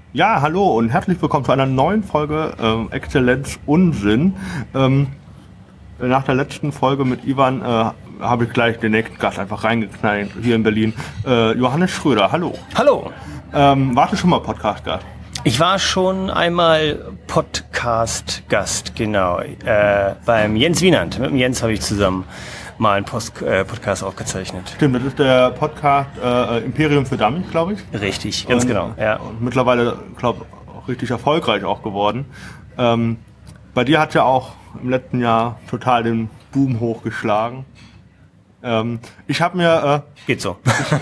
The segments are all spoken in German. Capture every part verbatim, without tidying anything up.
Ja, hallo und herzlich willkommen zu einer neuen Folge ähm, Exzellenz Unsinn. Ähm, nach der letzten Folge mit Ivan äh, habe ich gleich den nächsten Gast einfach reingeknallt hier in Berlin. Äh, Johannes Schröder, hallo. Hallo. Ähm, warst du schon mal Podcast-Gast? Ich war schon einmal Podcast-Gast, genau. Äh, beim Jens Wienand. Mit dem Jens habe ich zusammen mal einen Post, äh, Podcast aufgezeichnet. Stimmt, das ist der Podcast äh, Imperium für Dummies, glaube ich. Richtig, ganz und, genau. Ja. Und mittlerweile, glaube ich, auch richtig erfolgreich auch geworden. Ähm, bei dir hat ja auch im letzten Jahr total den Boom hochgeschlagen. Ähm, ich habe mir... Äh, Geht so.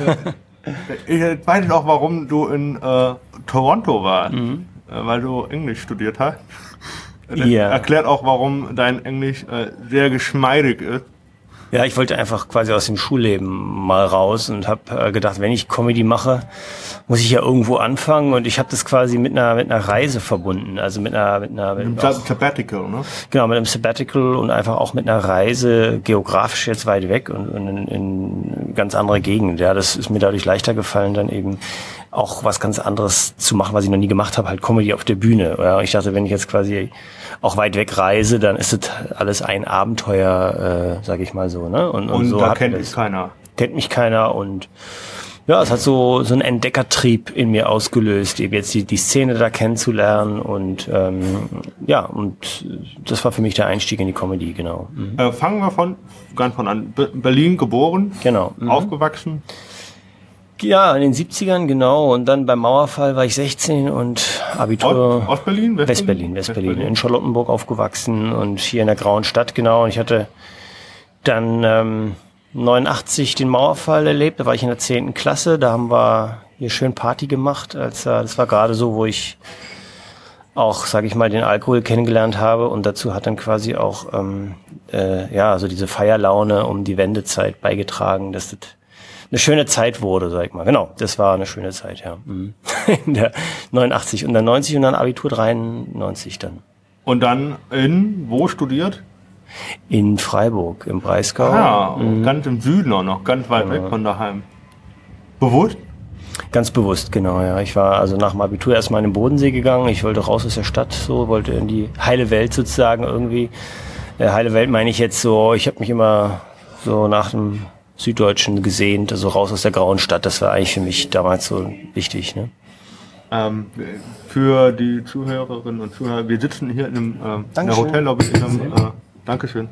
Ich, äh, ich weiß nicht auch, warum du in äh, Toronto warst, mhm. äh, weil du Englisch studiert hast. Das ja. erklärt auch, warum dein Englisch äh, sehr geschmeidig ist. Ja, ich wollte einfach quasi aus dem Schulleben mal raus und habe äh, gedacht, wenn ich Comedy mache, muss ich ja irgendwo anfangen, und ich habe das quasi mit einer mit einer Reise verbunden, also mit einer mit einer mit einem auch, Sabbatical, ne? Genau, mit einem Sabbatical und einfach auch mit einer Reise geografisch jetzt weit weg und, und in, in ganz andere Gegend. Ja, das ist mir dadurch leichter gefallen, dann eben auch was ganz anderes zu machen, was ich noch nie gemacht habe, halt Comedy auf der Bühne. Ja, ich dachte, wenn ich jetzt quasi auch weit weg reise, dann ist das alles ein Abenteuer, äh, sage ich mal so. Ne? Und, und, und so da hat kennt das, mich keiner. Kennt mich keiner und ja, es hat so so einen Entdeckertrieb in mir ausgelöst, eben jetzt die, die Szene da kennenzulernen, und ähm, ja, und das war für mich der Einstieg in die Comedy, genau. Mhm. Äh, fangen wir von ganz von an. Be- Berlin geboren, genau. Mhm. Aufgewachsen. Ja, in den siebzigern, genau. Und dann beim Mauerfall war ich sechzehn und Abitur. Ost- Ostberlin? Westberlin? Westberlin, Westberlin. Westberlin. In Charlottenburg aufgewachsen und hier in der Grauen Stadt, genau. Und ich hatte dann ähm, neunundachtzig den Mauerfall erlebt. Da war ich in der zehnten Klasse. Da haben wir hier schön Party gemacht. Als, äh, das war gerade so, wo ich auch, sage ich mal, den Alkohol kennengelernt habe. Und dazu hat dann quasi auch ähm, äh, ja so diese Feierlaune um die Wendezeit beigetragen, dass das eine schöne Zeit wurde, sag ich mal. Genau, das war eine schöne Zeit, ja. Mhm. In der neunundachtzig und dann neunzig und dann Abitur dreiundneunzig dann. Und dann in, wo studiert? In Freiburg, im Breisgau. Ah, mhm. Ganz im Süden auch noch, ganz weit ja. weg von daheim. Bewusst? Ganz bewusst, genau, ja. Ich war also nach dem Abitur erstmal in den Bodensee gegangen. Ich wollte raus aus der Stadt, so, wollte in die heile Welt sozusagen irgendwie. Äh, heile Welt meine ich jetzt so, ich habe mich immer so nach dem Süddeutschen gesehnt, also raus aus der grauen Stadt. Das war eigentlich für mich damals so wichtig. Ne? Ähm, für die Zuhörerinnen und Zuhörer, wir sitzen hier in, einem, äh, in einer Hotellobby, in einem, äh, Dankeschön,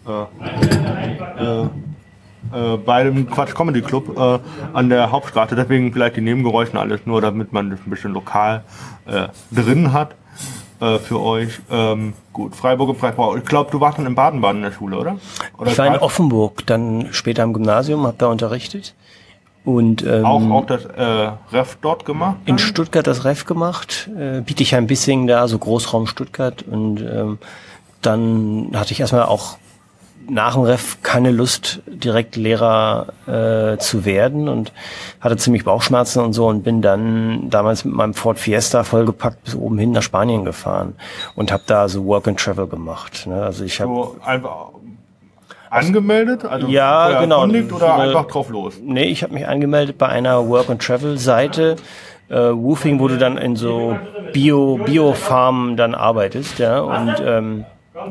äh, äh, äh, bei dem Quatsch Comedy Club äh, an der Hauptstraße, deswegen vielleicht die Nebengeräusche alles nur, damit man das ein bisschen lokal äh, drin hat. Für euch. Ähm, gut, Freiburg und Freiburg. Ich glaube, du warst dann in Baden-Baden in der Schule, oder? oder ich war in Offenburg, dann später im Gymnasium, habe da unterrichtet. Und ähm, auch, auch das äh, Ref dort gemacht? Dann? In Stuttgart das Ref gemacht, äh, Bietigheim-Bissingen da, so Großraum Stuttgart. Und ähm, dann hatte ich erstmal auch nach dem Ref keine Lust, direkt Lehrer äh, zu werden, und hatte ziemlich Bauchschmerzen und so, und bin dann damals mit meinem Ford Fiesta vollgepackt bis oben hin nach Spanien gefahren und habe da so Work and Travel gemacht. Ne? Also ich habe so einfach angemeldet, also ja genau oder äh, einfach drauf los? Nee, ich habe mich angemeldet bei einer Work and Travel Seite. Äh, Woofing, wo du dann in so Bio Bio-Farmen dann arbeitest, ja, und ähm,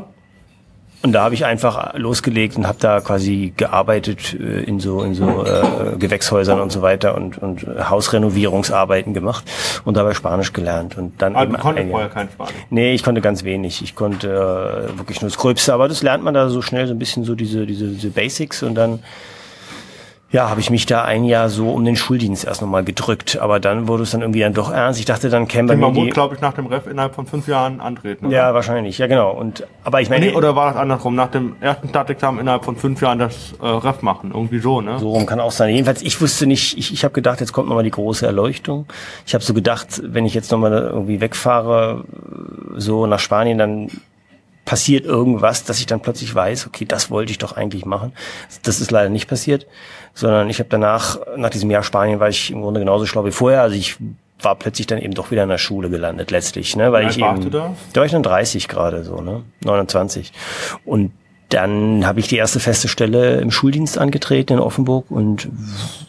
Und da habe ich einfach losgelegt und habe da quasi gearbeitet äh, in so in so äh, Gewächshäusern und so weiter und und Hausrenovierungsarbeiten gemacht und dabei Spanisch gelernt und dann also eben. Du konntest vorher kein Spanisch? Nee, ich konnte ganz wenig. Ich konnte äh, wirklich nur das Gröbste, aber das lernt man da so schnell, so ein bisschen so diese diese diese Basics, und dann ja, habe ich mich da ein Jahr so um den Schuldienst erst nochmal gedrückt, aber dann wurde es dann irgendwie dann doch ernst. Ich dachte, dann käme bei mir man die... muss, glaube ich, nach dem Ref innerhalb von fünf Jahren antreten, oder? Ja, wahrscheinlich, ja genau. Und aber ich meine... Nee, oder war das andersrum? Nach dem ersten Staatsexamen innerhalb von fünf Jahren das äh, Ref machen? Irgendwie so, ne? So rum kann auch sein. Jedenfalls, ich wusste nicht, ich, ich habe gedacht, jetzt kommt nochmal die große Erleuchtung. Ich habe so gedacht, wenn ich jetzt nochmal irgendwie wegfahre, so nach Spanien, dann passiert irgendwas, dass ich dann plötzlich weiß, okay, das wollte ich doch eigentlich machen. Das ist leider nicht passiert, sondern ich habe danach, nach diesem Jahr Spanien, war ich im Grunde genauso schlau wie vorher. Also ich war plötzlich dann eben doch wieder in der Schule gelandet letztlich, ne, weil ich eben, da? da war ich dann dreißig gerade so, ne, neunundzwanzig. Und dann habe ich die erste feste Stelle im Schuldienst angetreten in Offenburg und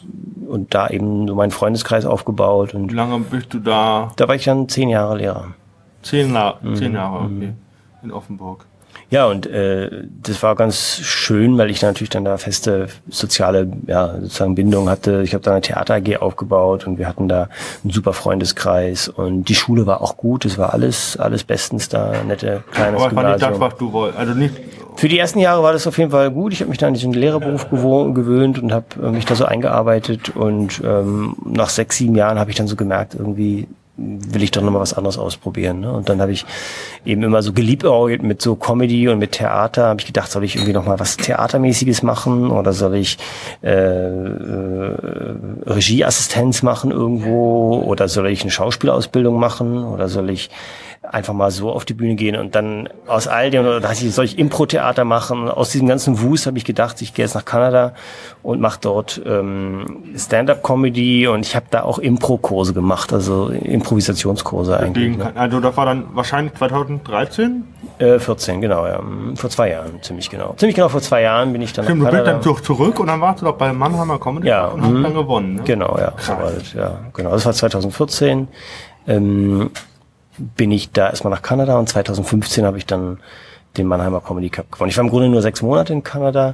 und da eben so meinen Freundeskreis aufgebaut. Und wie lange bist du da? Da war ich dann zehn Jahre Lehrer. Zehn, La- mhm. zehn Jahre, okay. In Offenburg. Ja, und äh, das war ganz schön, weil ich da natürlich dann da feste soziale, ja, sozusagen Bindung hatte. Ich habe da eine Theater-A G aufgebaut und wir hatten da einen super Freundeskreis und die Schule war auch gut. Es war alles alles bestens da, nette kleines Aber Gymnasium. Aber war nicht das, was du wolltest? Also nicht. Für die ersten Jahre war das auf jeden Fall gut. Ich habe mich da an diesen Lehrerberuf gewohnt, gewöhnt und habe mich da so eingearbeitet. Und ähm, nach sechs, sieben Jahren habe ich dann so gemerkt, irgendwie will ich doch nochmal was anderes ausprobieren. Ne? Und dann habe ich eben immer so geliebäugelt mit so Comedy und mit Theater. Habe ich gedacht, soll ich irgendwie nochmal was Theatermäßiges machen oder soll ich äh, äh, Regieassistenz machen irgendwo oder soll ich eine Schauspielausbildung machen oder soll ich einfach mal so auf die Bühne gehen und dann aus all dem, oder soll ich Impro-Theater machen? Aus diesem ganzen Wust habe ich gedacht, ich gehe jetzt nach Kanada und mache dort ähm, Stand-up-Comedy und ich habe da auch Impro-Kurse gemacht, also Improvisationskurse eigentlich. Ne? Also das war dann wahrscheinlich zwanzig dreizehn? Äh, vierzehn, genau, ja. Vor zwei Jahren, ziemlich genau. Ziemlich genau vor zwei Jahren bin ich dann Stimmt, nach Kanada. Du bist dann zurück und dann warst du doch bei Mannheimer Comedy ja, und hast dann gewonnen. Ne? Genau, ja. So war das, ja. Genau, das war zwanzig vierzehn. Ähm, bin ich da erstmal nach Kanada und zwanzig fünfzehn habe ich dann den Mannheimer Comedy Cup gewonnen. Ich war im Grunde nur sechs Monate in Kanada,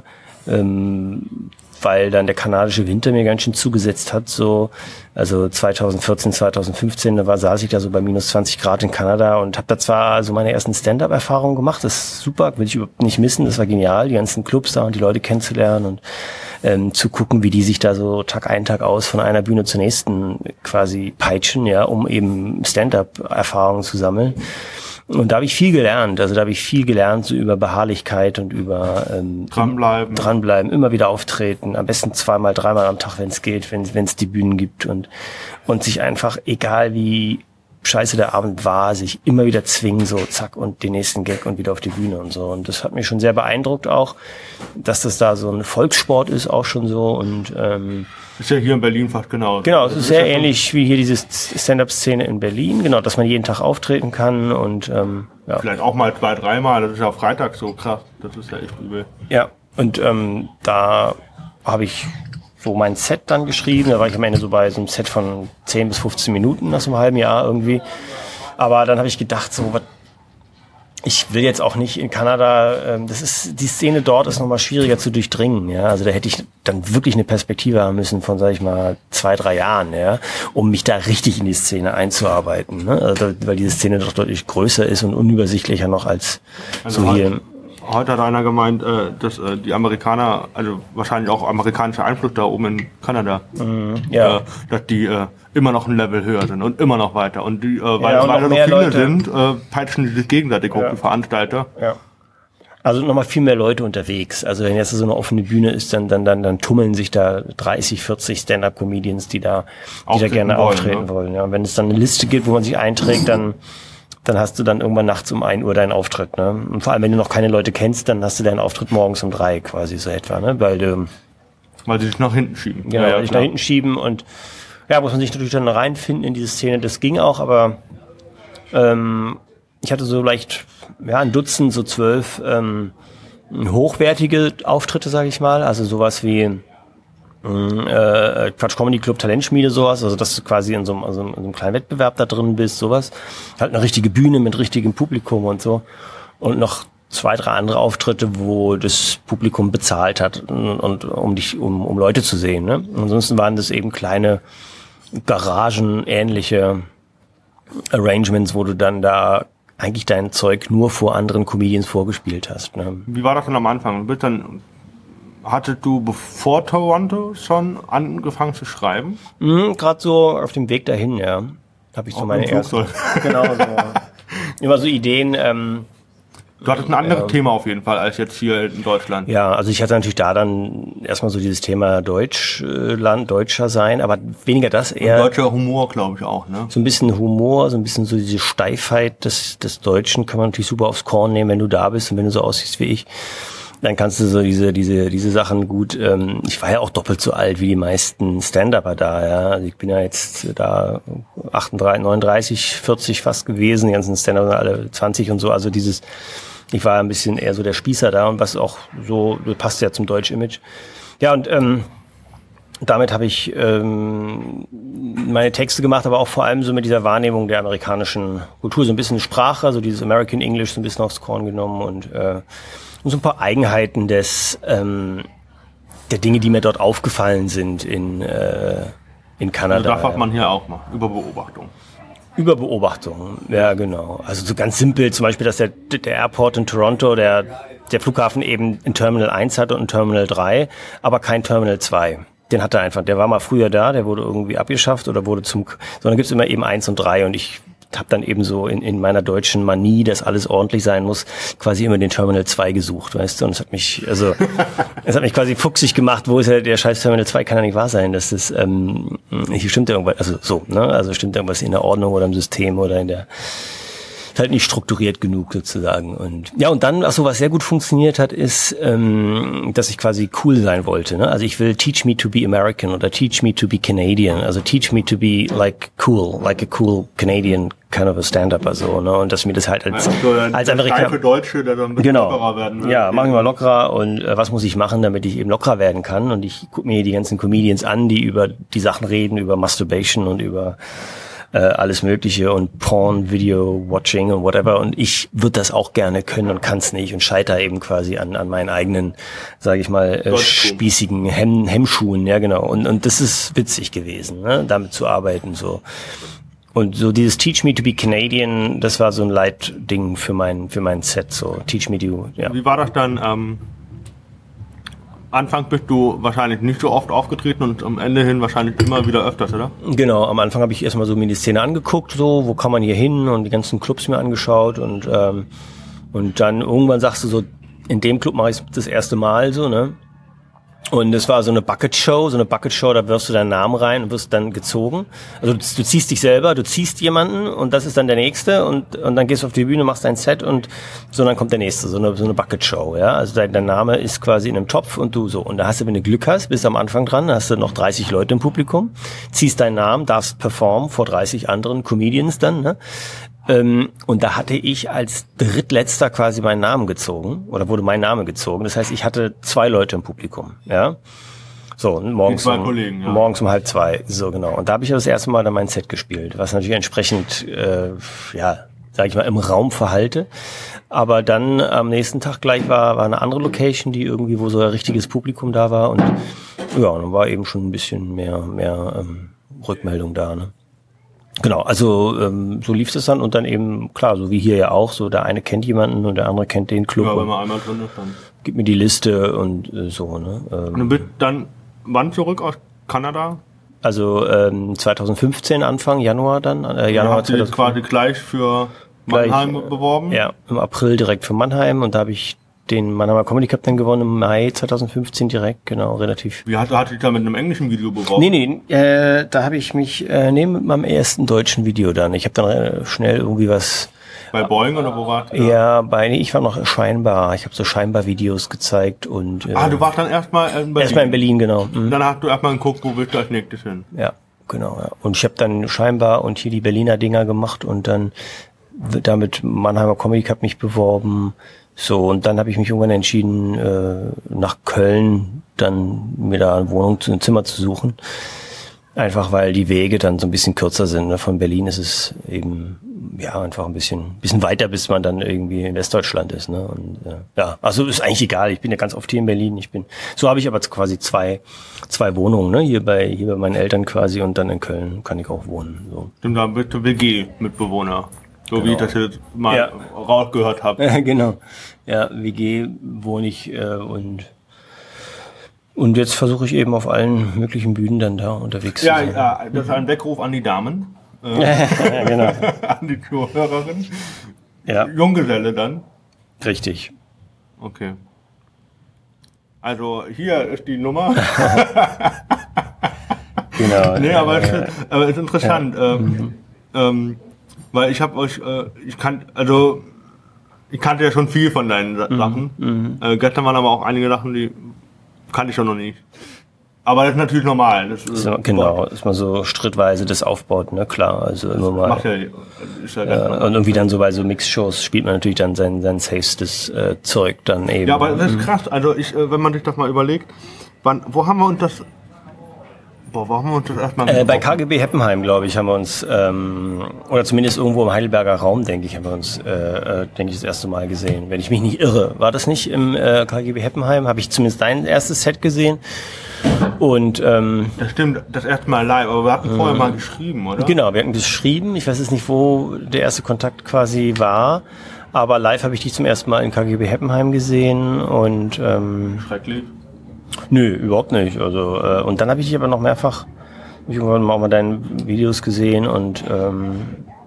ähm, weil dann der kanadische Winter mir ganz schön zugesetzt hat. So, also zwanzig vierzehn, zwanzig fünfzehn, da war, saß ich da so bei minus zwanzig Grad in Kanada und habe da zwar also meine ersten Stand-up-Erfahrungen gemacht. Das ist super, will ich überhaupt nicht missen. Das war genial, die ganzen Clubs da und die Leute kennenzulernen und ähm, zu gucken, wie die sich da so Tag ein, Tag aus von einer Bühne zur nächsten quasi peitschen, ja, um eben Stand-up-Erfahrungen zu sammeln. Und da habe ich viel gelernt. Also da habe ich viel gelernt so über Beharrlichkeit und über ähm, dranbleiben, dranbleiben, immer wieder auftreten, am besten zweimal, dreimal am Tag, wenn es geht, wenn wenn es die Bühnen gibt und und sich einfach, egal wie scheiße der Abend war, sich immer wieder zwingen, so zack und den nächsten Gag und wieder auf die Bühne und so. Und das hat mich schon sehr beeindruckt auch, dass das da so ein Volkssport ist, auch schon so. Und ähm, ist ja hier in Berlin fast genauso. Genau, es ist sehr ähnlich wie hier diese Stand-up-Szene in Berlin, genau, dass man jeden Tag auftreten kann und ähm, ja. Vielleicht auch mal zwei, dreimal, das ist ja Freitag so krass, das ist ja echt übel. Ja, und ähm, da habe ich so mein Set dann geschrieben, da war ich am Ende so bei so einem Set von zehn bis fünfzehn Minuten nach so einem halben Jahr irgendwie. Aber dann habe ich gedacht, so was, ich will jetzt auch nicht in Kanada, ähm, das ist, die Szene dort ist nochmal schwieriger zu durchdringen, ja. Also da hätte ich dann wirklich eine Perspektive haben müssen von, sag ich mal, zwei, drei Jahren, ja, um mich da richtig in die Szene einzuarbeiten, ne? Also, weil diese Szene doch deutlich größer ist und unübersichtlicher noch als also so hier. Heute hat einer gemeint, äh, dass äh, die Amerikaner, also wahrscheinlich auch amerikanischer Einfluss da oben in Kanada, mm, ja. äh, dass die äh, immer noch ein Level höher sind und immer noch weiter. Und die, äh, weil, ja, und weil da so viele Leute sind, äh, peitschen die sich gegenseitig hoch, ja. die Veranstalter. Ja. Also nochmal viel mehr Leute unterwegs. Also wenn jetzt so eine offene Bühne ist, dann dann dann dann tummeln sich da dreißig, vierzig Stand-up-Comedians, die da, die da gerne wollen, auftreten ne? wollen. Ja. Und wenn es dann eine Liste gibt, wo man sich einträgt, dann dann hast du dann irgendwann nachts um ein Uhr deinen Auftritt, ne? Und vor allem, wenn du noch keine Leute kennst, dann hast du deinen Auftritt morgens um drei quasi so etwa, ne? Weil du, weil sie dich nach hinten schieben. Genau, ja, ja, dich nach hinten schieben und ja, muss man sich natürlich dann reinfinden in diese Szene. Das ging auch, aber ähm, ich hatte so leicht, ja, ein Dutzend, so zwölf ähm, hochwertige Auftritte, sage ich mal, also sowas wie Äh, Quatsch Comedy Club Talentschmiede, sowas, also dass du quasi in so, einem, also in so einem kleinen Wettbewerb da drin bist, sowas. Halt eine richtige Bühne mit richtigem Publikum und so. Und noch zwei, drei andere Auftritte, wo das Publikum bezahlt hat, und, und um dich, um, um Leute zu sehen. Ne? Ansonsten waren das eben kleine Garagen-ähnliche Arrangements, wo du dann da eigentlich dein Zeug nur vor anderen Comedians vorgespielt hast. Ne? Wie war das denn am Anfang? Du bist dann Hattest du bevor Toronto schon angefangen zu schreiben? Mhm, gerade so auf dem Weg dahin, ja. Habe ich so Auch meine ersten. Genau, so. Immer so Ideen. Ähm, du hattest ein anderes äh, Thema auf jeden Fall als jetzt hier in Deutschland. Ja, also ich hatte natürlich da dann erstmal so dieses Thema Deutschland, Deutscher sein, aber weniger das eher. Und deutscher Humor, glaube ich auch, ne? So ein bisschen Humor, so ein bisschen so diese Steifheit des, des Deutschen kann man natürlich super aufs Korn nehmen, wenn du da bist und wenn du so aussiehst wie ich. Dann kannst du so diese diese diese Sachen gut. Ähm, ich war ja auch doppelt so alt wie die meisten Stand-Upper da. Ja, also ich bin ja jetzt da achtunddreißig, neununddreißig, vierzig fast gewesen. Die ganzen Stand-Upper sind alle zwanzig und so. Also dieses, ich war ein bisschen eher so der Spießer da und was auch so passt ja zum Deutsch-Image. Ja und ähm, damit habe ich ähm, meine Texte gemacht, aber auch vor allem so mit dieser Wahrnehmung der amerikanischen Kultur, so ein bisschen Sprache, also dieses American English so ein bisschen aufs Korn genommen und, äh, und so ein paar Eigenheiten des ähm, der Dinge, die mir dort aufgefallen sind in äh, in Kanada. Also das hat man hier auch mal, über Beobachtung. Über Beobachtung, ja genau. Also so ganz simpel, zum Beispiel, dass der, der Airport in Toronto, der, der Flughafen eben ein Terminal eins hatte und ein Terminal drei, aber kein Terminal zwei. Den hat er einfach, der war mal früher da, der wurde irgendwie abgeschafft oder wurde zum, sondern gibt's immer eben eins und drei und ich habe dann eben so in, in meiner deutschen Manie, dass alles ordentlich sein muss, quasi immer den Terminal zwei gesucht, weißt du, und es hat mich, also, es hat mich quasi fuchsig gemacht, wo ist ja der scheiß Terminal zwei, kann ja nicht wahr sein, dass das, ähm, hier stimmt irgendwas, also so, ne, also stimmt irgendwas in der Ordnung oder im System oder in der, ist halt nicht strukturiert genug sozusagen. Und ja, und dann, ach so, was sehr gut funktioniert hat, ist, ähm, dass ich quasi cool sein wollte. Ne? Also ich will teach me to be American oder teach me to be Canadian. Also teach me to be like cool, like a cool Canadian kind of a stand-up. Also, ne? Und dass mir das halt als, also als Amerikaner... für Deutsche, der dann ein bisschen genau. lockerer werden will. Ja, mach ich mal lockerer und äh, was muss ich machen, damit ich eben lockerer werden kann. Und ich gucke mir die ganzen Comedians an, die über die Sachen reden, über Masturbation und über äh, alles Mögliche und Porn, Video, Watching und whatever. Und ich würde das auch gerne können und kann es nicht und scheiter eben quasi an an meinen eigenen, sage ich mal, äh, spießigen Hemm, Hemmschuhen. Ja, genau. Und und das ist witzig gewesen, ne? Damit zu arbeiten so. Und so dieses Teach me to be Canadian, das war so ein Leitding für mein für mein Set. So Teach me to. Ja. Wie war das dann? Ähm Anfang bist du wahrscheinlich nicht so oft aufgetreten und am Ende hin wahrscheinlich immer wieder öfters, oder? Genau, am Anfang habe ich erstmal so mir die Szene angeguckt, so, wo kann man hier hin und die ganzen Clubs mir angeschaut und ähm, und dann irgendwann sagst du so, in dem Club mache ich das erste Mal so, ne? Und es war so eine Bucket-Show, so eine Bucket-Show, da wirfst du deinen Namen rein und wirst dann gezogen. Also du, du ziehst dich selber, du ziehst jemanden und das ist dann der Nächste und und dann gehst du auf die Bühne, machst dein Set und so, dann kommt der Nächste, so eine so eine Bucket-Show, ja. Also dein, dein Name ist quasi in einem Topf und du so. Und da hast du, wenn du Glück hast, bist du am Anfang dran, hast du noch dreißig Leute im Publikum, ziehst deinen Namen, darfst performen vor dreißig anderen Comedians dann, ne? Ähm, und da hatte ich als Drittletzter quasi meinen Namen gezogen oder wurde mein Name gezogen. Das heißt, ich hatte zwei Leute im Publikum, ja. So, und morgens, zwei um, Kollegen, ja. morgens um halb zwei, so genau. Und da habe ich das erste Mal dann mein Set gespielt, was natürlich entsprechend, äh, ja, sag ich mal, im Raum verhalte. Aber dann am nächsten Tag gleich war, war eine andere Location, die irgendwie, wo so ein richtiges Publikum da war und ja, und dann war eben schon ein bisschen mehr, mehr ähm, Rückmeldung da, ne. Genau, also ähm, so lief es dann und dann eben, klar, so wie hier ja auch, so der eine kennt jemanden und der andere kennt den Club. Ja, wenn man einmal drin ist, dann. Gib mir die Liste und äh, so, ne. Ähm, und du bist dann wann zurück aus Kanada? Also ähm, zwanzig fünfzehn, Anfang Januar dann, äh, Januar hast du jetzt quasi gleich für Mannheim gleich, beworben? Ja, im April direkt für Mannheim und da habe ich den Mannheimer Comedy Cup dann gewonnen im Mai zwanzig fünfzehn direkt, genau, relativ. Wie hat, hat dich da mit einem englischen Video beworben? Nee, nee, äh, da habe ich mich, äh, nee, mit meinem ersten deutschen Video dann. Ich habe dann äh, schnell irgendwie was... Bei Boeing oder wo warst du? Ja, bei, nee, ich war noch scheinbar. Ich habe so scheinbar Videos gezeigt und... Äh, ah, du warst dann erstmal in Berlin? Erstmal in Berlin, genau. Mhm. Dann hast du erstmal geguckt, wo willst du als nächstes hin? Ja, genau, ja. Und ich habe dann scheinbar und hier die Berliner Dinger gemacht und dann damit Mannheimer Comedy Cup mich beworben. So, und dann habe ich mich irgendwann entschieden, äh, nach Köln dann mir da eine Wohnung, ein Zimmer zu suchen. Einfach weil die Wege dann so ein bisschen kürzer sind. Ne? Von Berlin ist es eben ja einfach ein bisschen bisschen weiter, bis man dann irgendwie in Westdeutschland ist. Ne? Und äh, ja, also ist eigentlich egal. Ich bin ja ganz oft hier in Berlin. Ich bin, so habe ich aber quasi zwei zwei Wohnungen. Ne? Hier bei hier bei meinen Eltern quasi und dann in Köln kann ich auch wohnen. So. Stimmt, da bist du W G-Mitbewohner. So genau. Wie ich das jetzt mal ja. rausgehört habe. Ja, genau. Ja, W G wohne ich äh, und und jetzt versuche ich eben auf allen möglichen Bühnen dann da unterwegs ja, zu sein. Ja, das ist ein Weckruf an die Damen. Äh, ja, genau. An die Zuhörerin. Ja. Junggeselle dann. Richtig. Okay. Also hier ist die Nummer. Genau. Nee, aber es ist, aber es ist interessant. Ja. Ähm, mhm. ähm, Weil ich habe euch, äh, ich kann, also ich kannte ja schon viel von deinen mhm. Sachen. Mhm. Äh, gestern waren aber auch einige Sachen, die kannte ich schon noch nicht. Aber das ist natürlich normal. Das ist, so, genau, dass man so schrittweise das aufbaut, ne, klar. Also immer mal. Macht ja, ist ja ganz ja, und irgendwie dann so bei so Mix-Shows spielt man natürlich dann sein, sein safestes äh, Zeug dann eben. Ja, aber das ist krass. Also ich, äh, wenn man sich das mal überlegt, wann, wo haben wir uns das Boah, warum haben wir uns das erstmal äh, Bei K G B Heppenheim, glaube ich, haben wir uns, ähm, oder zumindest irgendwo im Heidelberger Raum, denke ich, haben wir uns, äh, äh, denke ich, das erste Mal gesehen. Wenn ich mich nicht irre. War das nicht im äh, K G B Heppenheim? Habe ich zumindest dein erstes Set gesehen. Und ähm, das stimmt, das erste Mal live, aber wir hatten vorher äh, mal geschrieben, oder? Genau, wir hatten geschrieben. Ich weiß jetzt nicht, wo der erste Kontakt quasi war. Aber live habe ich dich zum ersten Mal in K G B Heppenheim gesehen und ähm, schrecklich. Nö, überhaupt nicht. Also äh, und dann habe ich dich aber noch mehrfach hab ich irgendwann auch mal deine Videos gesehen und ähm,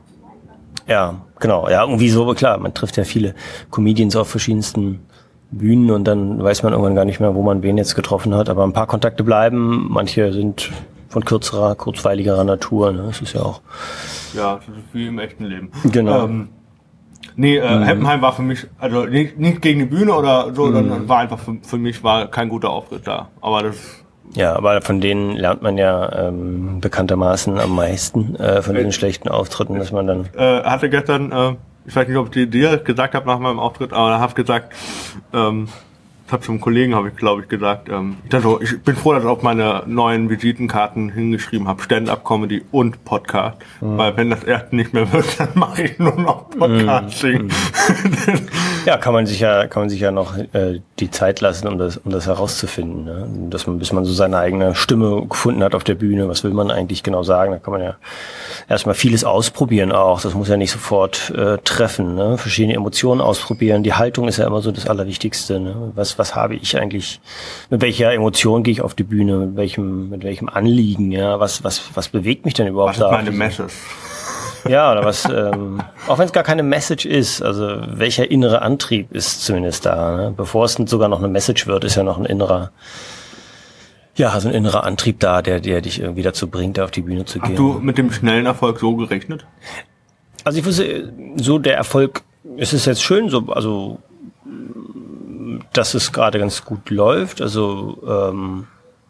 ja, genau, ja, irgendwie so, klar, man trifft ja viele Comedians auf verschiedensten Bühnen und dann weiß man irgendwann gar nicht mehr, wo man wen jetzt getroffen hat, aber ein paar Kontakte bleiben, manche sind von kürzerer, kurzweiligerer Natur, ne? Das ist ja auch. Ja, das ist wie im echten Leben. Genau. Ähm, Nee, äh, mhm. Heppenheim war für mich, also nicht, nicht gegen die Bühne oder so, mhm. sondern war einfach für, für mich war kein guter Auftritt da. Aber das. Ja, aber von denen lernt man ja ähm, bekanntermaßen am meisten, äh, von äh, den schlechten Auftritten, dass man dann. Äh, hatte gestern, äh, ich weiß nicht, ob ich dir gesagt habe nach meinem Auftritt, aber da habe ich gesagt, ähm, das hab zum Kollegen, habe ich glaube ich gesagt, ähm, ich, dachte, ich bin froh, dass ich auf meine neuen Visitenkarten hingeschrieben habe, Stand-Up-Comedy und Podcast, mhm. weil wenn das erste nicht mehr wird, dann mache ich nur noch Podcasting. Mhm. Ja, kann man sich ja, kann man sich ja noch äh, die Zeit lassen, um das, um das herauszufinden, ne? Dass man, bis man so seine eigene Stimme gefunden hat auf der Bühne, was will man eigentlich genau sagen? Da kann man ja erstmal vieles ausprobieren auch. Das muss ja nicht sofort äh, treffen, ne? Verschiedene Emotionen ausprobieren. Die Haltung ist ja immer so das Allerwichtigste, ne? Was, was habe ich eigentlich? Mit welcher Emotion gehe ich auf die Bühne? Mit welchem, mit welchem Anliegen? Ja, was, was, was bewegt mich denn überhaupt da? Was ist meine Message? Ja, oder was, ähm, auch wenn es gar keine Message ist, also welcher innere Antrieb ist zumindest da, ne? Bevor es sogar noch eine Message wird, ist ja noch ein innerer, ja, so ein innerer Antrieb da, der, der dich irgendwie dazu bringt, auf die Bühne zu gehen. Hast du mit dem schnellen Erfolg so gerechnet? Also ich wusste, so der Erfolg, es ist jetzt schön, so, also, dass es gerade ganz gut läuft, also, ähm,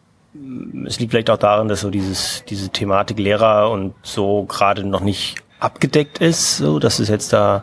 es liegt vielleicht auch daran, dass so dieses, diese Thematik Lehrer und so gerade noch nicht abgedeckt ist, so, dass es jetzt da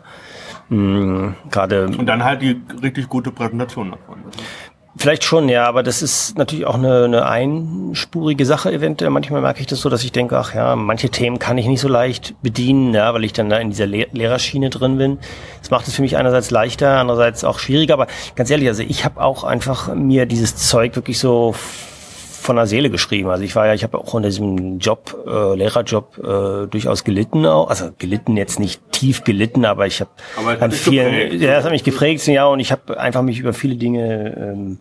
mh, gerade. Und dann halt die richtig gute Präsentation davon. Vielleicht schon, ja, aber das ist natürlich auch eine, eine einspurige Sache eventuell. Manchmal merke ich das so, dass ich denke, ach ja, manche Themen kann ich nicht so leicht bedienen, ja, weil ich dann da in dieser Le- Lehrerschiene drin bin. Das macht es für mich einerseits leichter, andererseits auch schwieriger. Aber ganz ehrlich, also ich habe auch einfach mir dieses Zeug wirklich so von der Seele geschrieben. Also ich war ja, ich habe auch in diesem Job, äh, Lehrerjob, äh, durchaus gelitten auch. Also gelitten jetzt nicht tief gelitten, aber ich habe an vielen, ja, das hat mich geprägt, ja, und ich habe einfach mich über viele Dinge ähm,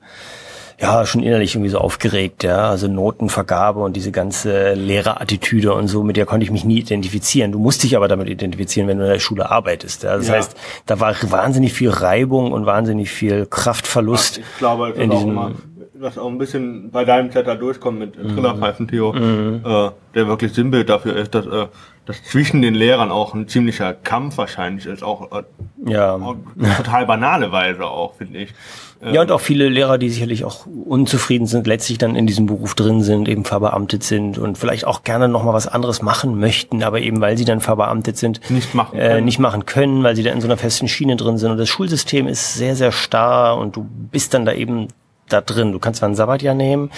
ja schon innerlich irgendwie so aufgeregt, ja, also Notenvergabe und diese ganze Lehrerattitüde und so, mit der konnte ich mich nie identifizieren. Du musst dich aber damit identifizieren, wenn du in der Schule arbeitest. Ja. Das ja. heißt, da war wahnsinnig viel Reibung und wahnsinnig viel Kraftverlust. Ja, ich glaube, in diesem was auch ein bisschen bei deinem Chat da durchkommt mit mhm. Trillerpfeifen-Theo, mhm. äh, der wirklich Sinnbild dafür ist, dass, äh, dass zwischen den Lehrern auch ein ziemlicher Kampf wahrscheinlich ist, auch, äh, ja. auch total banale Weise auch, finde ich. Äh, ja, und auch viele Lehrer, die sicherlich auch unzufrieden sind, letztlich dann in diesem Beruf drin sind, eben verbeamtet sind und vielleicht auch gerne nochmal was anderes machen möchten, aber eben weil sie dann verbeamtet sind, nicht machen äh, nicht machen können, weil sie da in so einer festen Schiene drin sind. Und das Schulsystem ist sehr, sehr starr und du bist dann da eben da drin. Du kannst zwar ein Sabbatjahr nehmen,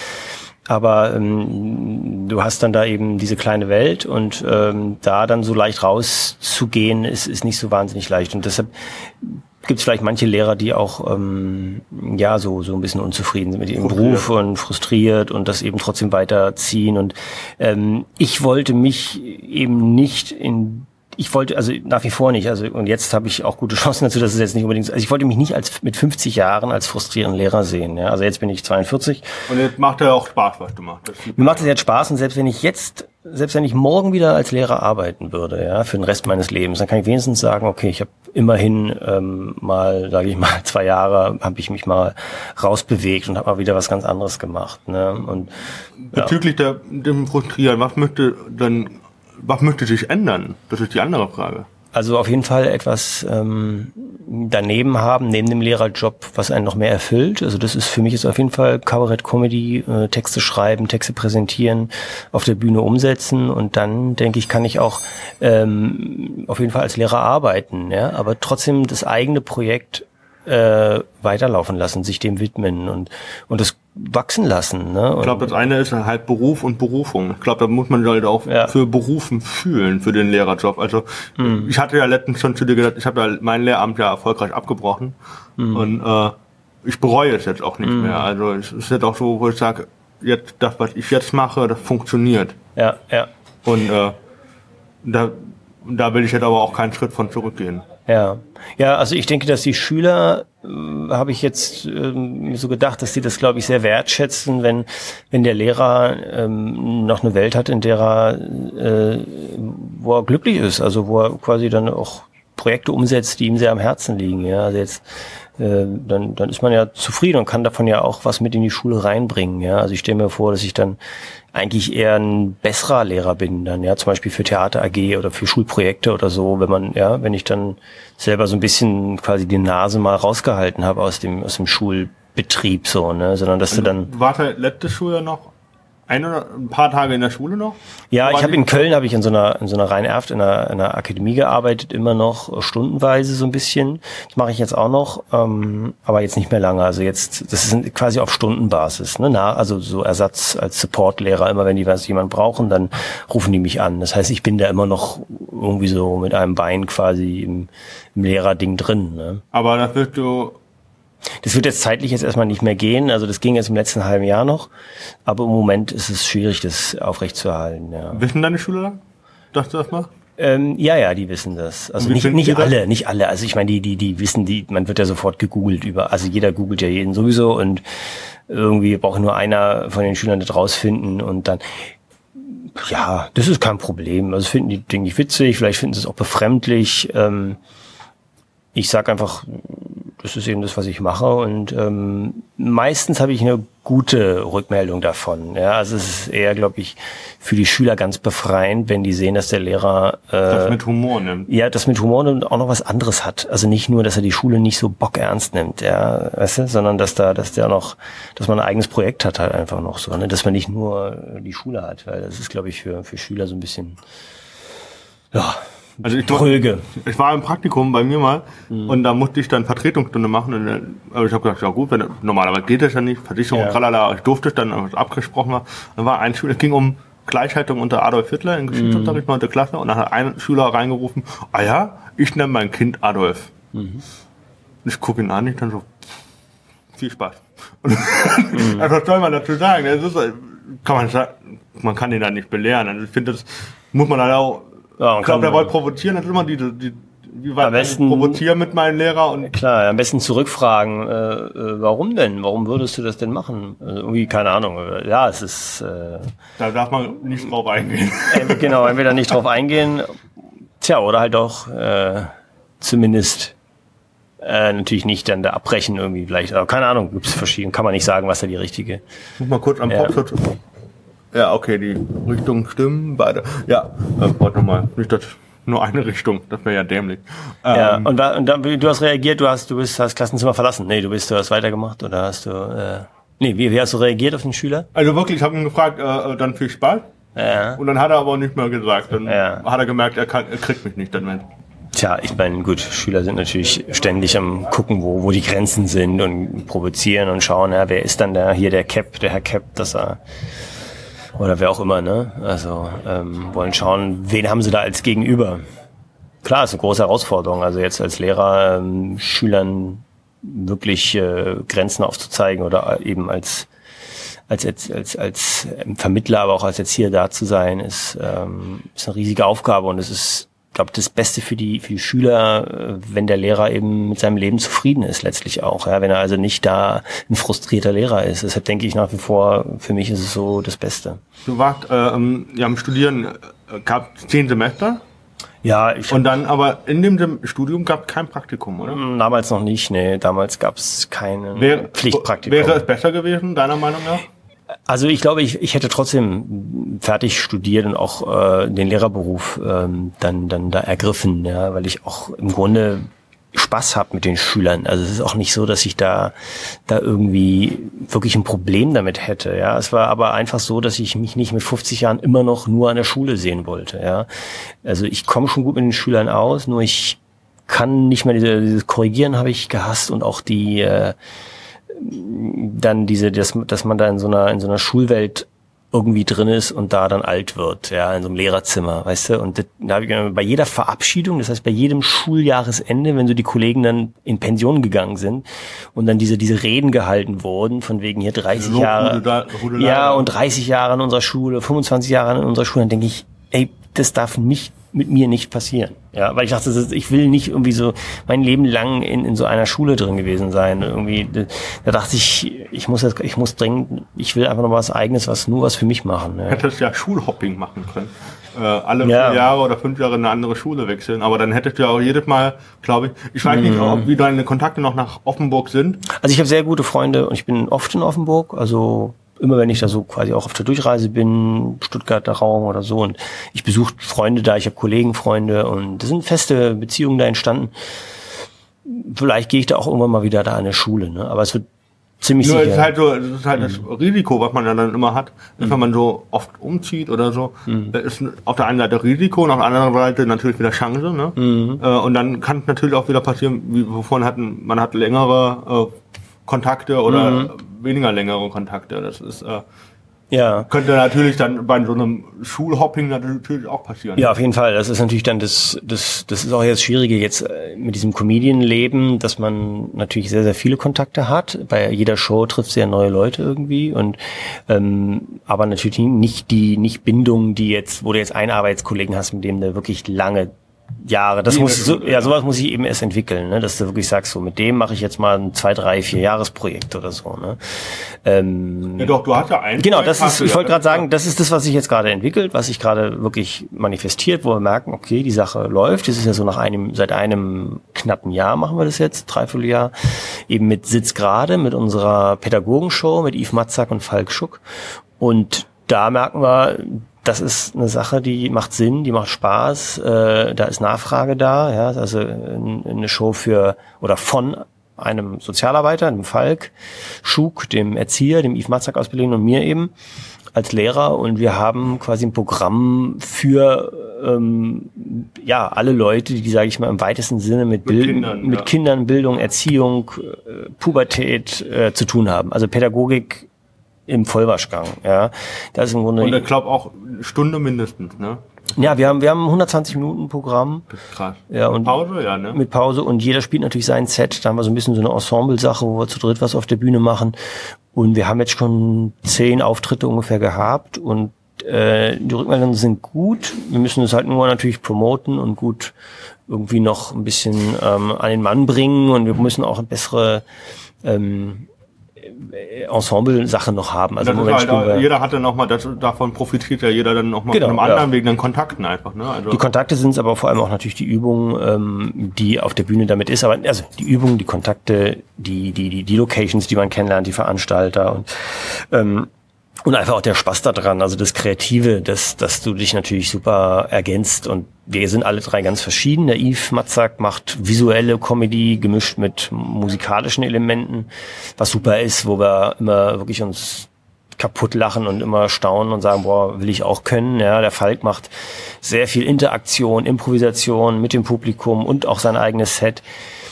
aber ähm, du hast dann da eben diese kleine Welt und ähm, da dann so leicht rauszugehen, ist, ist nicht so wahnsinnig leicht. Und deshalb gibt es vielleicht manche Lehrer, die auch ähm, ja so so ein bisschen unzufrieden sind mit ihrem Beruf und frustriert und das eben trotzdem weiterziehen. Und ähm, ich wollte mich eben nicht in Ich wollte, also nach wie vor nicht, also und jetzt habe ich auch gute Chancen dazu, dass es jetzt nicht unbedingt, also ich wollte mich nicht als mit fünfzig Jahren als frustrierenden Lehrer sehen, ja, also jetzt bin ich zweiundvierzig. Und jetzt macht er auch Spaß, was du machst. Mir macht es jetzt Spaß und selbst wenn ich jetzt, selbst wenn ich morgen wieder als Lehrer arbeiten würde, ja, für den Rest meines Lebens, dann kann ich wenigstens sagen, okay, ich habe immerhin ähm, mal, sage ich mal, zwei Jahre habe ich mich mal rausbewegt und habe mal wieder was ganz anderes gemacht, ne, und ja. Bezüglich der, dem Frustrieren, was möchte dann Was möchte sich ändern? Das ist die andere Frage. Also auf jeden Fall etwas ähm, daneben haben, neben dem Lehrerjob, was einen noch mehr erfüllt. Also das ist für mich jetzt auf jeden Fall Kabarett, Comedy, äh, Texte schreiben, Texte präsentieren, auf der Bühne umsetzen und dann, denke ich, kann ich auch ähm, auf jeden Fall als Lehrer arbeiten. Ja, aber trotzdem das eigene Projekt äh, weiterlaufen lassen, sich dem widmen und und das wachsen lassen. Ne? Und ich glaube, das eine ist halt Beruf und Berufung. Ich glaube, da muss man halt auch ja. für Berufen fühlen, für den Lehrerjob. Also mhm. ich hatte ja letztens schon zu dir gesagt, ich habe ja mein Lehramt ja erfolgreich abgebrochen mhm. und äh, ich bereue es jetzt auch nicht mhm. mehr. Also es ist jetzt auch so, wo ich sage, jetzt das, was ich jetzt mache, das funktioniert. Ja, ja. Und äh, da, da will ich jetzt aber auch keinen Schritt von zurückgehen. Ja, ja, also ich denke, dass die Schüler, äh, habe ich jetzt äh, mir so gedacht, dass die das, glaube ich, sehr wertschätzen, wenn wenn der Lehrer ähm, noch eine Welt hat, in der er, äh, wo er glücklich ist, also wo er quasi dann auch Projekte umsetzt, die ihm sehr am Herzen liegen. Ja, also jetzt äh, dann dann ist man ja zufrieden und kann davon ja auch was mit in die Schule reinbringen. Ja, also ich stelle mir vor, dass ich dann eigentlich eher ein besserer Lehrer bin dann, ja, zum Beispiel für Theater A G oder für Schulprojekte oder so, wenn man, ja, wenn ich dann selber so ein bisschen quasi die Nase mal rausgehalten habe aus dem, aus dem Schulbetrieb, so, ne, sondern dass du dann... Du warst halt letztes Schuljahr noch ein oder ein paar Tage in der Schule noch? Ja, ich habe in Köln habe ich in so einer in so einer Rhein-Erft in einer, in einer Akademie gearbeitet, immer noch stundenweise so ein bisschen. Das mache ich jetzt auch noch, ähm, aber jetzt nicht mehr lange. Also jetzt, das ist quasi auf Stundenbasis, ne? Na, also so Ersatz als Supportlehrer. Immer wenn die was jemand brauchen, dann rufen die mich an. Das heißt, ich bin da immer noch irgendwie so mit einem Bein quasi im, im Lehrerding drin. Ne? Aber das wirst du Das wird jetzt zeitlich jetzt erstmal nicht mehr gehen. Also das ging jetzt im letzten halben Jahr noch. Aber im Moment ist es schwierig, das aufrechtzuerhalten. Ja. Wissen deine Schüler das, das mal? Ähm, ja, ja, die wissen das. Also nicht, nicht alle, nicht alle. Also ich meine, die, die, die wissen, die, man wird ja sofort gegoogelt über, also jeder googelt ja jeden sowieso und irgendwie braucht nur einer von den Schülern das rausfinden und dann, ja, das ist kein Problem. Also finden die, denke ich, witzig, vielleicht finden sie es auch befremdlich. Ähm, ich sag einfach, das ist eben das, was ich mache und ähm, meistens habe ich eine gute Rückmeldung davon. Ja, also es ist eher, glaube ich, für die Schüler ganz befreiend, wenn die sehen, dass der Lehrer äh, das mit Humor nimmt. Ja, das mit Humor nimmt und auch noch was anderes hat. Also nicht nur, dass er die Schule nicht so bockernst nimmt, ja, weißt du, sondern dass da, dass der noch, dass man ein eigenes Projekt hat halt einfach noch so, ne, dass man nicht nur die Schule hat, weil das ist, glaube ich, für für Schüler so ein bisschen, ja. Also ich, Tröge. ich war im Praktikum bei mir mal mhm. und da musste ich dann Vertretungsstunde machen und also ich habe gedacht, ja gut, wenn, normalerweise geht das ja nicht, Versicherung, ja. tralala, ich durfte es dann, was abgesprochen war. Dann war ein Schüler, es ging um Gleichschaltung unter Adolf Hitler in Geschichtsunterricht, neunte mhm. Klasse und dann hat ein Schüler reingerufen, ah ja, ich nenne mein Kind Adolf. Mhm. Ich gucke ihn an, ich dann so, viel Spaß. Und mhm. also was soll man dazu sagen? Das ist, kann man sagen, man kann den da nicht belehren. Also ich finde, das muss man halt auch. Ja, ich glaube, der wollte provozieren, das ist immer die, die, wie weit ich provoziere mit meinem Lehrer und. Klar, am besten zurückfragen, äh, äh, warum denn? Warum würdest du das denn machen? Also irgendwie, keine Ahnung. Ja, es ist, äh, da darf man nicht drauf eingehen. Äh, genau, entweder nicht drauf eingehen, tja, oder halt auch, äh, zumindest, äh, natürlich nicht dann da abbrechen irgendwie vielleicht, aber keine Ahnung, gibt's verschiedene, kann man nicht sagen, was da die richtige. Ich muss mal kurz am ja. Popschutz. Ja, okay, die Richtungen stimmen, beide. Ja, äh, warte nochmal, nicht das, nur eine Richtung, das wäre ja dämlich. Ähm, ja, und, da, und dann, du hast reagiert, du hast, du bist, hast Klassenzimmer verlassen. Nee, du bist, du hast weitergemacht oder hast du, äh, nee, wie, wie hast du reagiert auf den Schüler? Also wirklich, ich habe ihn gefragt, äh, dann viel Spaß. Ja. Und dann hat er aber nicht mehr gesagt, dann ja. hat er gemerkt, er, kann, er kriegt mich nicht dann mit. Tja, ich meine, gut, Schüler sind natürlich ständig am gucken, wo, wo die Grenzen sind und provozieren und schauen, ja, wer ist dann der, hier der Cap, der Herr Cap, dass er, oder wer auch immer, ne? Also ähm, wollen schauen, wen haben sie da als Gegenüber. Klar, ist eine große Herausforderung. Also jetzt als Lehrer ähm, Schülern wirklich äh, Grenzen aufzuzeigen oder eben als als als als, als Vermittler, aber auch als Erzieher da zu sein, ist ähm, ist eine riesige Aufgabe und es ist, glaube, das Beste für die für die Schüler, wenn der Lehrer eben mit seinem Leben zufrieden ist, letztlich auch, ja, wenn er also nicht da ein frustrierter Lehrer ist. Deshalb denke ich nach wie vor, für mich ist es so das Beste. Du warst ähm, ja am Studieren, äh, gab zehn Semester. Ja, ich und dann aber in dem Studium gab es kein Praktikum, oder? Damals noch nicht, nee, damals gab es kein Wäre, Pflichtpraktikum. Wäre es besser gewesen, deiner Meinung nach? Also ich glaube, ich, ich hätte trotzdem fertig studiert und auch äh, den Lehrerberuf ähm, dann dann da ergriffen, ja, weil ich auch im Grunde Spaß habe mit den Schülern. Also es ist auch nicht so, dass ich da da irgendwie wirklich ein Problem damit hätte. Ja, es war aber einfach so, dass ich mich nicht mit fünfzig Jahren immer noch nur an der Schule sehen wollte. Ja, also ich komme schon gut mit den Schülern aus, nur ich kann nicht mehr, diese, dieses Korrigieren habe ich gehasst und auch die äh, dann diese, dass, dass man da in so einer in so einer Schulwelt irgendwie drin ist und da dann alt wird, ja, in so einem Lehrerzimmer, weißt du, und das, da habe ich bei jeder Verabschiedung, das heißt bei jedem Schuljahresende, wenn so die Kollegen dann in Pension gegangen sind und dann diese diese Reden gehalten wurden, von wegen hier dreißig Jahre, da, ja, und dreißig Jahre an unserer Schule, fünfundzwanzig Jahre an unserer Schule, dann denke ich, ey, das darf mich mit mir nicht passieren. Ja, weil ich dachte, ich will nicht irgendwie so mein Leben lang in, in so einer Schule drin gewesen sein. Irgendwie, da dachte ich, ich muss jetzt, ich muss dringend, ich will einfach noch was Eigenes, was nur was für mich machen. Ja. Hättest ja Schulhopping machen können. Äh, alle ja. vier Jahre oder fünf Jahre in eine andere Schule wechseln. Aber dann hättest du ja auch jedes Mal, glaube ich, ich weiß mhm. nicht, ob, wie deine Kontakte noch nach Offenburg sind. Also ich habe sehr gute Freunde und ich bin oft in Offenburg, also immer wenn ich da so quasi auch auf der Durchreise bin, Stuttgarter Raum oder so, und ich besuche Freunde da, ich habe Kollegenfreunde und es sind feste Beziehungen da entstanden. Vielleicht gehe ich da auch irgendwann mal wieder da an der Schule, ne? Aber es wird ziemlich Nur sicher. Es ist halt so, es ist halt mhm. das Risiko, was man ja dann immer hat, ist, mhm. wenn man so oft umzieht oder so, mhm. ist auf der einen Seite Risiko und auf der anderen Seite natürlich wieder Chance, ne? Mhm. Äh, und dann kann es natürlich auch wieder passieren, wie wir vorhin hatten, man hat längere äh, Kontakte oder mhm. weniger längere Kontakte. Das ist äh, ja könnte natürlich dann bei so einem Schulhopping natürlich auch passieren. Ja, auf jeden Fall. Das ist natürlich dann das, das, das ist auch jetzt Schwierige jetzt mit diesem Comedian-Leben, dass man natürlich sehr, sehr viele Kontakte hat. Bei jeder Show trifft sehr neue Leute irgendwie und ähm, aber natürlich nicht die nicht Bindungen, die jetzt, wo du jetzt einen Arbeitskollegen hast, mit dem du wirklich lange Jahre, das muss so, ja, sowas muss ich eben erst entwickeln, ne, dass du wirklich sagst, so mit dem mache ich jetzt mal ein zwei, drei, vier Jahresprojekt oder so, ne. Ähm, ja, doch, du hast ja einen. Genau, das ist, ich wollte gerade sagen, das ist das, was sich jetzt gerade entwickelt, was sich gerade wirklich manifestiert, wo wir merken, okay, die Sache läuft. Das ist ja so nach einem, seit einem knappen Jahr machen wir das jetzt, dreiviertel Jahr, eben mit Sitz gerade, mit unserer Pädagogenshow, mit Yves Matzak und Falk Schuck. Und da merken wir, das ist eine Sache, die macht Sinn, die macht Spaß, äh, da ist Nachfrage da, ja, also eine Show für oder von einem Sozialarbeiter, dem Falk Schuck, dem Erzieher, dem Yves Matzak aus Berlin und mir eben als Lehrer, und wir haben quasi ein Programm für ähm, ja alle Leute, die, sage ich mal, im weitesten Sinne mit, mit, Bild, Kindern, mit ja. Kindern, Bildung, Erziehung, äh, Pubertät äh, zu tun haben, also Pädagogik im Vollwaschgang, ja. Das ist im Grunde. Und ich glaube auch eine Stunde mindestens, ne? Ja, wir haben wir haben hundertzwanzig Minuten Programm. Das ist krass. Ja, und mit Pause, ja, ne? Mit Pause, und jeder spielt natürlich sein Set. Da haben wir so ein bisschen so eine Ensemble-Sache, wo wir zu dritt was auf der Bühne machen. Und wir haben jetzt schon zehn Auftritte ungefähr gehabt und äh, die Rückmeldungen sind gut. Wir müssen es halt nur natürlich promoten und gut irgendwie noch ein bisschen ähm, an den Mann bringen, und wir müssen auch eine bessere ähm, Ensemble-Sache noch haben. Also Moment halt, jeder hat dann noch mal, das, davon profitiert ja jeder dann noch mal genau, von einem anderen ja. wegen den Kontakten einfach. Ne? Also die Kontakte sind es, aber vor allem auch natürlich die Übung, ähm, die auf der Bühne damit ist. Aber also die Übung, die Kontakte, die die die die Locations, die man kennenlernt, die Veranstalter und ähm, und einfach auch der Spaß daran, also das Kreative, dass dass du dich natürlich super ergänzt, und wir sind alle drei ganz verschieden. Der Yves Matzak macht visuelle Comedy gemischt mit musikalischen Elementen, was super ist, wo wir immer wirklich uns kaputt lachen und immer staunen und sagen, boah, will ich auch können. Ja, der Falk macht sehr viel Interaktion, Improvisation mit dem Publikum und auch sein eigenes Set.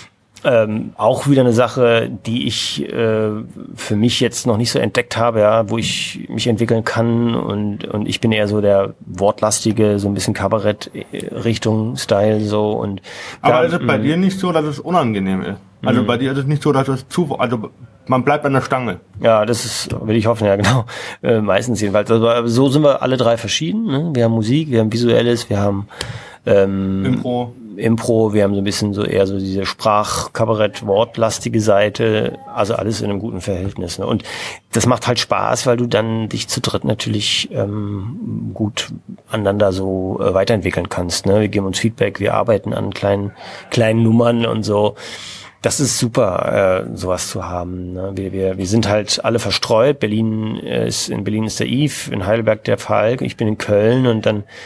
Ähm, auch wieder eine Sache, die ich äh, für mich jetzt noch nicht so entdeckt habe, ja, wo ich mich entwickeln kann, und und ich bin eher so der wortlastige, so ein bisschen Kabarett-Richtung Style so. Und aber da, ist es bei dir nicht so, dass es unangenehm ist? Also bei dir ist es nicht so, dass es zu, also man bleibt an der Stange. Ja, das ist, will ich hoffen, ja genau. Äh, meistens jedenfalls. Also, so sind wir alle drei verschieden. Ne? Wir haben Musik, wir haben Visuelles, wir haben ähm, Impro. Impro, wir haben so ein bisschen so eher so diese Sprach-Kabarett-Wortlastige Seite, also alles in einem guten Verhältnis. Ne? Und das macht halt Spaß, weil du dann dich zu dritt natürlich ähm, gut aneinander so äh, weiterentwickeln kannst. Ne? Wir geben uns Feedback, wir arbeiten an kleinen kleinen Nummern und so. Das ist super, äh, sowas zu haben. Ne? Wir, wir, wir sind halt alle verstreut. Berlin ist, in Berlin ist der Yves, in Heidelberg der Falk, ich bin in Köln, und dann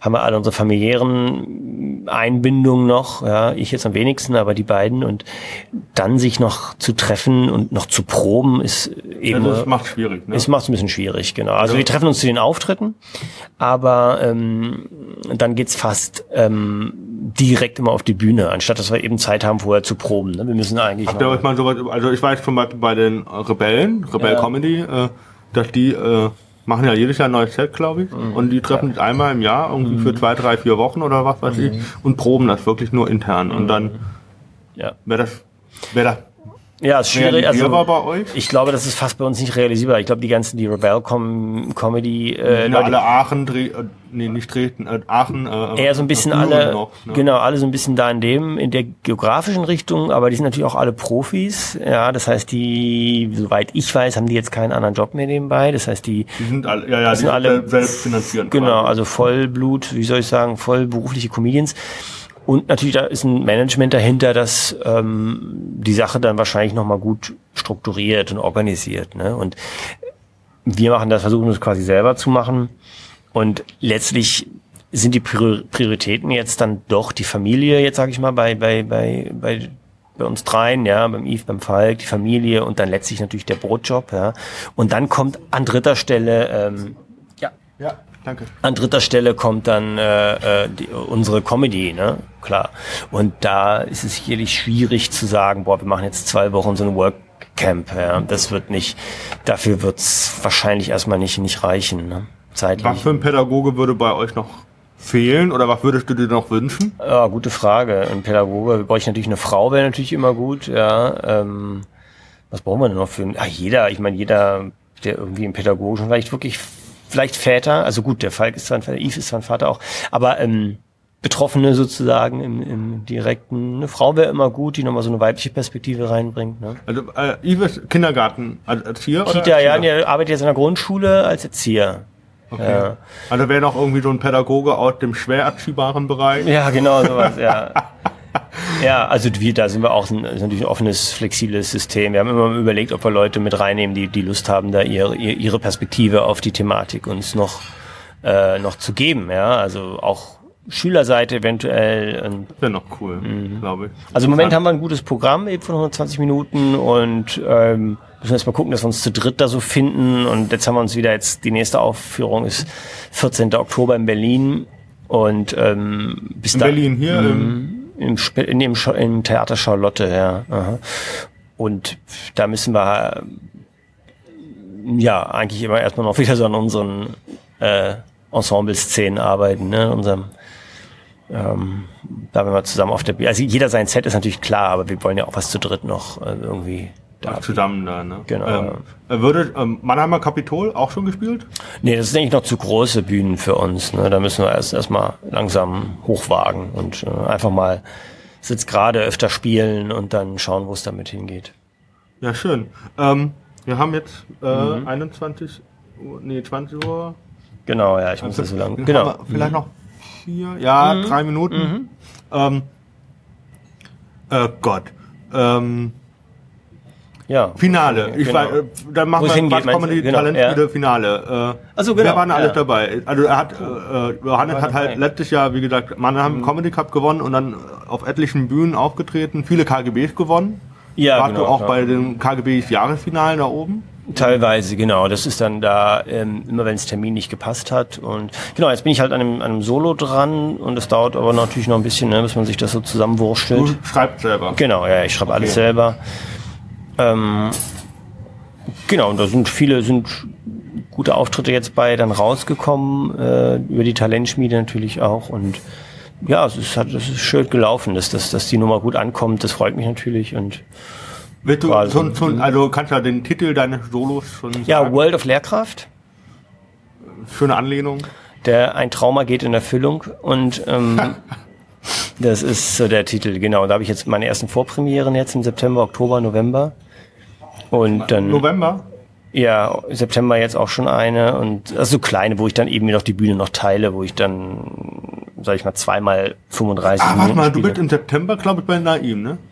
haben wir alle unsere familiären Einbindungen noch, ja, ich jetzt am wenigsten, aber die beiden, und dann sich noch zu treffen und noch zu proben ist eben... Ja, das macht schwierig, ne? Es macht es ein bisschen schwierig, genau. Also ja. Wir treffen uns zu den Auftritten, aber ähm, dann geht's fast ähm, direkt immer auf die Bühne, anstatt dass wir eben Zeit haben, vorher zu proben, ne? Wir müssen eigentlich... Habt ihr euch mal sowas, also ich weiß zum Beispiel bei den Rebellen, Rebell ja. Comedy, äh, dass die... Äh, machen ja jedes Jahr ein neues Set, glaube ich. Mhm. Und die treffen sich ja. einmal im Jahr, irgendwie mhm. für zwei, drei, vier Wochen oder was weiß mhm. ich, und proben das wirklich nur intern. Und dann ja. wäre das, wäre das ja, ist schwierig. Also, bei euch? Ich glaube, das ist fast bei uns nicht realisierbar. Ich glaube, die ganzen, die Rebel-Comedy, äh, ja, alle Aachen, Dreh, äh, nee, nicht Dresden, äh, Aachen, äh, eher so ein bisschen alle, noch, ne? Genau, alle so ein bisschen da in dem, in der geografischen Richtung, aber die sind natürlich auch alle Profis. Ja, das heißt, die, soweit ich weiß, haben die jetzt keinen anderen Job mehr nebenbei. Das heißt, die, die sind alle, ja, ja, die sind alle selbst finanziert. Genau, quasi. Also Vollblut, wie soll ich sagen, vollberufliche Comedians. Und natürlich, da ist ein Management dahinter, das ähm, die Sache dann wahrscheinlich nochmal gut strukturiert und organisiert. Ne? Und wir machen das, versuchen das quasi selber zu machen. Und letztlich sind die Prioritäten jetzt dann doch die Familie, jetzt sage ich mal, bei bei bei bei bei uns dreien, ja, beim Yves, beim Falk, die Familie und dann letztlich natürlich der Brotjob. Ja. Und dann kommt an dritter Stelle... Ähm, ja. Ja. Danke. An dritter Stelle kommt dann äh, äh, die, unsere Comedy, ne? Klar. Und da ist es sicherlich schwierig zu sagen, boah, wir machen jetzt zwei Wochen so ein Workcamp. Ja? Das wird nicht, dafür wird's wahrscheinlich erstmal nicht nicht reichen, ne? Zeitlich. Was für ein Pädagoge würde bei euch noch fehlen oder was würdest du dir noch wünschen? Ja, gute Frage. Ein Pädagoge, wir bräuchten natürlich eine Frau, wäre natürlich immer gut. Ja. Ähm, was brauchen wir denn noch für ein? Ah, jeder, ich meine, jeder, der irgendwie im Pädagogischen vielleicht wirklich vielleicht Väter, also gut, der Falk ist zwar ein Vater, Yves ist zwar ein Vater auch, aber ähm, Betroffene sozusagen im, im direkten, eine Frau wäre immer gut, die nochmal so eine weibliche Perspektive reinbringt. Ne? Also äh, Yves ist Kindergarten als Erzieher? Kita, ja, er arbeitet jetzt in der Grundschule als Erzieher. Okay. Ja. Also wäre noch irgendwie so ein Pädagoge aus dem schwer erziehbaren Bereich? Ja, genau sowas, ja. Ja, also wir, da sind wir auch ein, ist natürlich ein offenes, flexibles System. Wir haben immer überlegt, ob wir Leute mit reinnehmen, die die Lust haben, da ihre ihre Perspektive auf die Thematik uns noch äh, noch zu geben. Ja, also auch Schülerseite eventuell. Und, wäre noch cool, mhm. glaube ich. Also im Moment haben wir ein gutes Programm eben von hundertzwanzig Minuten und ähm, müssen erst mal gucken, dass wir uns zu dritt da so finden. Und jetzt haben wir uns wieder jetzt, die nächste Aufführung ist vierzehnten Oktober in Berlin. Und ähm, bis in da, Berlin hier? Mh, im, in dem im Theater Charlotte, ja. Aha. Und da müssen wir ja eigentlich immer erstmal noch wieder so an unseren äh, Ensemble-Szenen arbeiten, ne? Unserem ähm, da wenn wir zusammen auf der Bühne, also jeder sein Set ist natürlich klar, aber wir wollen ja auch was zu dritt noch äh, irgendwie da zusammen da, ne? Genau. Ähm, würde ähm, Mannheimer Kapitol auch schon gespielt? Nee, das ist eigentlich noch zu große Bühnen für uns, ne? Da müssen wir erst erstmal langsam hochwagen und äh, einfach mal jetzt gerade öfter spielen und dann schauen, wo es damit hingeht. Ja, schön. Ähm, wir haben jetzt äh, mhm. einundzwanzig Uhr, nee, zwanzig Uhr. Genau, ja, ich muss das so lange. Genau. Vielleicht mhm. noch vier, ja, mhm. drei Minuten. Mhm. Ähm, äh, Gott. Ähm, ja. Finale. Ich genau. war, äh, dann machen Wo's wir was Comedy genau, Talentspiele ja. Finale. Äh, also genau. Wer waren ja. alles dabei? Also er hat, äh, Johannes hat halt letztes Jahr, wie gesagt, Mannheim mhm. Comedy Cup gewonnen und dann auf etlichen Bühnen aufgetreten, viele K G Bs gewonnen. Ja, Warst genau, du auch genau. bei den K G Bs Jahresfinalen da oben? Teilweise, genau. Das ist dann da, ähm, immer wenn es Termin nicht gepasst hat. Und genau, jetzt bin ich halt an einem, an einem Solo dran und es dauert aber natürlich noch ein bisschen, ne, bis man sich das so zusammenwurstelt. Du schreibst selber? Genau, ja, ich schreibe okay. alles selber. Ähm, genau, und da sind viele, sind gute Auftritte jetzt bei dann rausgekommen, äh, über die Talentschmiede natürlich auch. Und ja, es ist, es ist schön gelaufen, dass, dass, dass die Nummer gut ankommt. Das freut mich natürlich und Willst du so, so, also kannst du ja den Titel deines Solos schon Ja, sagen? World of Lehrkraft. Schöne Anlehnung. Der Ein Trauma geht in Erfüllung und ähm, das ist so der Titel, genau. Da habe ich jetzt meine ersten Vorpremieren jetzt im September, Oktober, November. Und dann November? Ja, September jetzt auch schon eine und also so kleine, wo ich dann eben noch die Bühne noch teile, wo ich dann, sag ich mal, zweimal fünfunddreißig Ah, warte mal, spiele. du bist im September, glaube ich, bei Naim, ne?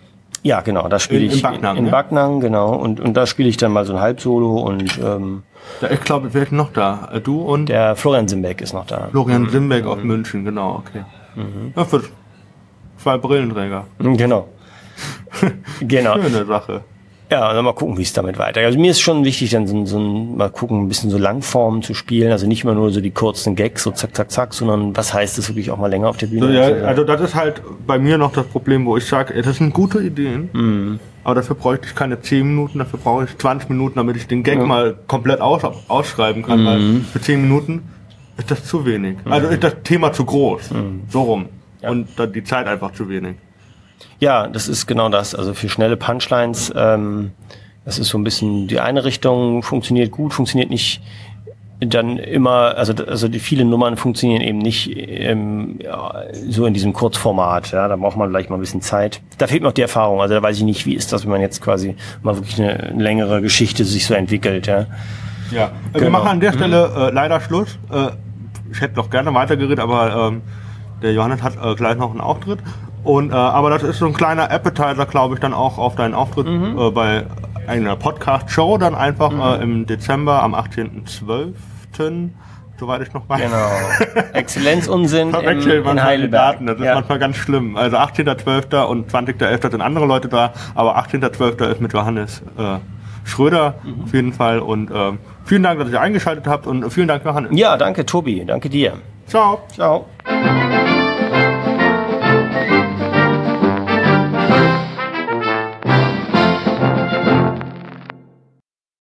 Ja, genau, da spiele ich in Backnang, in, in ne? Backnang, genau. Und, und da spiele ich dann mal so ein Halbsolo und ähm, Ja, ich glaube, wer ist noch da? Äh, Du und der Florian Simbeck ist noch da. Florian Simbeck aus München, genau, okay. Ja, für zwei Brillenträger. Genau. Genau. Schöne Sache. Ja, und dann mal gucken, wie es damit weitergeht. Also mir ist schon wichtig, dann so, so ein, mal gucken, ein bisschen so Langformen zu spielen. Also nicht immer nur so die kurzen Gags, so zack, zack, zack, sondern was heißt es wirklich auch mal länger auf der Bühne? So, ja, also das ist halt bei mir noch das Problem, wo ich sage, das sind gute Ideen, Mhm. aber dafür bräuchte ich keine zehn Minuten, dafür brauche ich zwanzig Minuten, damit ich den Gag Ja. mal komplett aus, ausschreiben kann, Mhm. weil für zehn Minuten ist das zu wenig. Also ist das Thema zu groß, so rum. Ja. Und dann die Zeit einfach zu wenig. Ja, das ist genau das. Also für schnelle Punchlines, ähm, das ist so ein bisschen die eine Richtung, funktioniert gut, funktioniert nicht dann immer, also also die vielen Nummern funktionieren eben nicht ähm, ja, so in diesem Kurzformat. Ja, da braucht man vielleicht mal ein bisschen Zeit. Da fehlt mir auch die Erfahrung. Also da weiß ich nicht, wie ist das, wenn man jetzt quasi mal wirklich eine längere Geschichte sich so entwickelt. Ja, Ja, äh, wir Genau. machen an der Stelle äh, leider Schluss. Äh, ich hätte noch gerne weitergeredet, aber ähm, der Johannes hat äh, gleich noch einen Auftritt. Und äh, aber das ist so ein kleiner Appetizer, glaube ich, dann auch auf deinen Auftritt äh, bei einer Podcast-Show dann einfach äh, im Dezember am achtzehnten zwölften soweit ich noch weiß. genau. Exzellenzunsinn in, Verwechseln in manchmal die Heidelberg. Daten, das ist Ja. manchmal ganz schlimm. Also achtzehnten zwölften und zwanzigsten elften sind andere Leute da, aber achtzehnten zwölften ist mit Johannes äh, Schröder auf jeden Fall. Und äh, vielen Dank, dass ihr eingeschaltet habt und vielen Dank, Johannes. Ja, danke Tobi, danke dir. Ciao. Ciao.